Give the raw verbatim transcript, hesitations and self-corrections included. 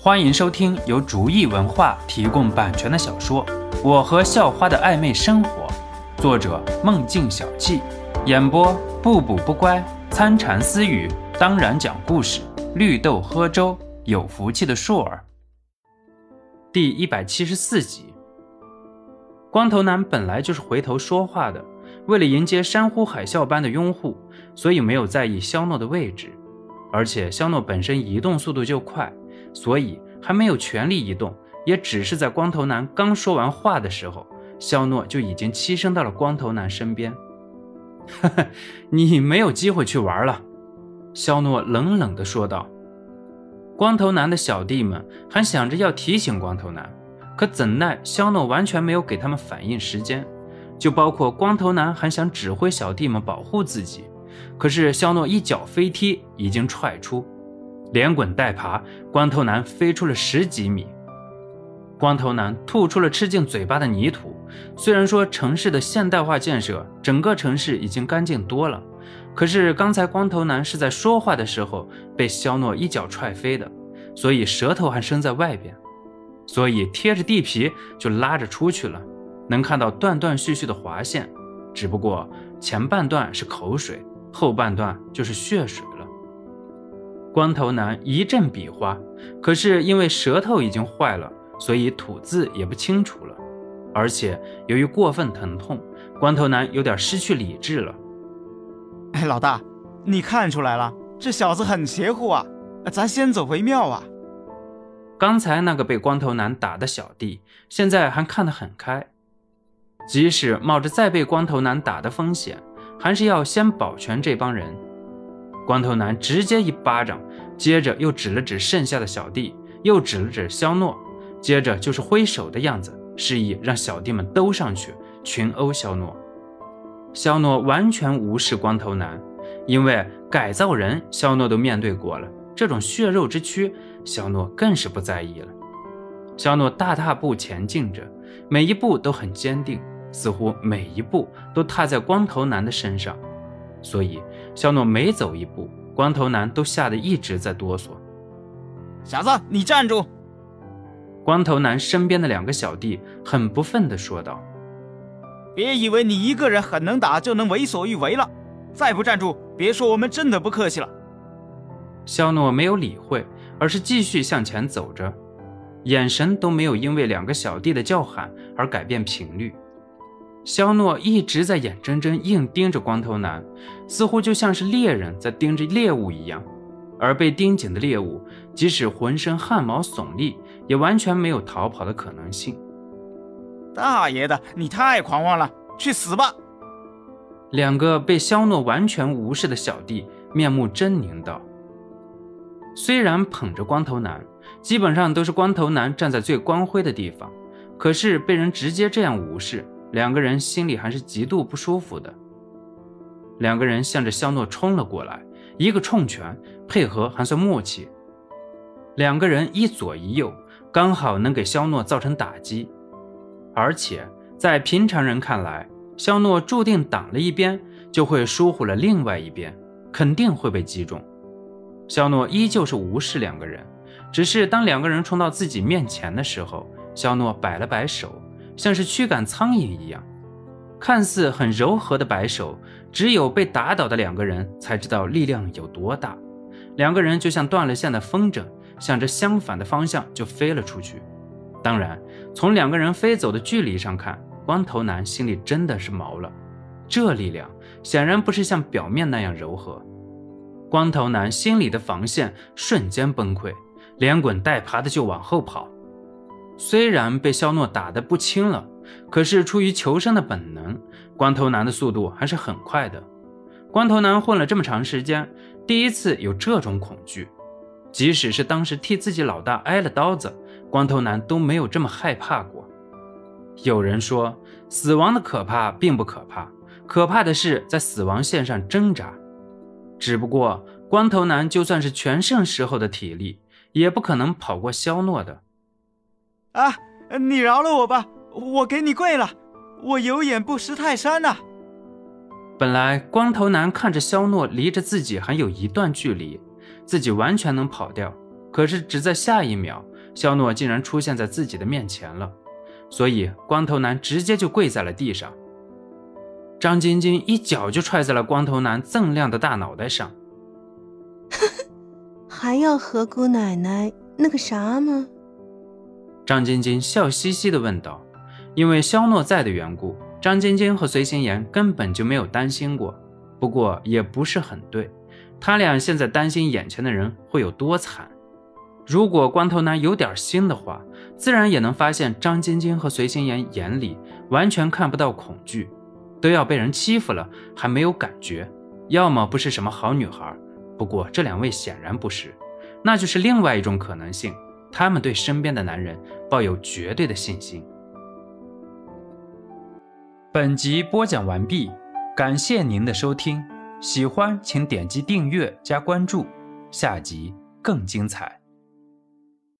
欢迎收听由竹意文化提供版权的小说《我和校花的暧昧生活》，作者梦境小憩，演播不补不乖、参禅私语，当然讲故事，绿豆喝粥，有福气的硕儿。第一百七十四集。光头男本来就是回头说话的，为了迎接山呼海啸般的拥护，所以没有在意肖诺的位置，而且肖诺本身移动速度就快，所以还没有全力移动，也只是在光头男刚说完话的时候，肖诺就已经栖身到了光头男身边。呵呵，你没有机会去玩了，肖诺冷冷地说道。光头男的小弟们还想着要提醒光头男，可怎奈肖诺完全没有给他们反应时间，就包括光头男还想指挥小弟们保护自己，可是肖诺一脚飞踢已经踹出，连滚带爬，光头男飞出了十几米。光头男吐出了吃进嘴巴的泥土，虽然说城市的现代化建设，整个城市已经干净多了，可是刚才光头男是在说话的时候被肖诺一脚踹飞的，所以舌头还伸在外边，所以贴着地皮就拉着出去了，能看到断断续续的划线，只不过前半段是口水，后半段就是血水了。光头男一阵比划，可是因为舌头已经坏了，所以吐字也不清楚了，而且由于过分疼痛，光头男有点失去理智了。 哎，老大，你看出来了，这小子很邪乎啊，咱先走为妙啊。 刚才那个被光头男打的小弟，现在还看得很开，即使冒着再被光头男打的风险，还是要先保全这帮人。光头男直接一巴掌，接着又指了指剩下的小弟，又指了指肖诺，接着就是挥手的样子，示意让小弟们都上去群殴肖诺。肖诺完全无视光头男，因为改造人肖诺都面对过了，这种血肉之躯肖诺更是不在意了。肖诺大踏步前进着，每一步都很坚定，似乎每一步都踏在光头男的身上，所以肖诺每走一步，光头男都吓得一直在哆嗦。 小子，你站住！ 光头男身边的两个小弟很不忿地说道。 别以为你一个人很能打就能为所欲为了，再不站住，别说我们真的不客气了。 肖诺没有理会，而是继续向前走着，眼神都没有因为两个小弟的叫喊而改变频率。肖诺一直在眼睁睁硬盯着光头男，似乎就像是猎人在盯着猎物一样，而被盯紧的猎物即使浑身汗毛耸立，也完全没有逃跑的可能性。 大爷的，你太狂妄了，去死吧！ 两个被肖诺完全无视的小弟面目狰狞道。虽然捧着光头男，基本上都是光头男站在最光辉的地方，可是被人直接这样无视，两个人心里还是极度不舒服的。两个人向着肖诺冲了过来，一个冲拳，配合还算默契。两个人一左一右，刚好能给肖诺造成打击。而且在平常人看来，肖诺注定挡了一边，就会疏忽了另外一边，肯定会被击中。肖诺依旧是无视两个人，只是当两个人冲到自己面前的时候，肖诺摆了摆手，像是驱赶苍蝇一样。看似很柔和的摆手，只有被打倒的两个人才知道力量有多大。两个人就像断了线的风筝，向着相反的方向就飞了出去。当然，从两个人飞走的距离上看，光头男心里真的是毛了，这力量显然不是像表面那样柔和。光头男心里的防线瞬间崩溃，连滚带爬的就往后跑。虽然被肖诺打得不轻了，可是出于求生的本能，光头男的速度还是很快的。光头男混了这么长时间，第一次有这种恐惧，即使是当时替自己老大挨了刀子，光头男都没有这么害怕过。有人说，死亡的可怕并不可怕，可怕的是在死亡线上挣扎。只不过光头男就算是全盛时候的体力，也不可能跑过肖诺的。 啊，你饶了我吧，我给你跪了，我有眼不识泰山啊。 本来光头男看着肖诺离着自己还有一段距离，自己完全能跑掉，可是只在下一秒， 肖诺竟然出现在自己的面前了，所以光头男直接就跪在了地上。张晶晶一脚就踹在了光头男锃亮的大脑袋上。 还要和姑奶奶那个啥吗？ 张晶晶笑嘻嘻地问道。因为肖诺在的缘故，张晶晶和随行言根本就没有担心过。不过也不是很对，他俩现在担心眼前的人会有多惨。如果光头男有点心的话，自然也能发现张晶晶和随行言眼里完全看不到恐惧，都要被人欺负了还没有感觉，要么不是什么好女孩。不过这两位显然不是，那就是另外一种可能性，他们对身边的男人抱有绝对的信心。本集播讲完毕，感谢您的收听，喜欢请点击订阅加关注，下集更精彩。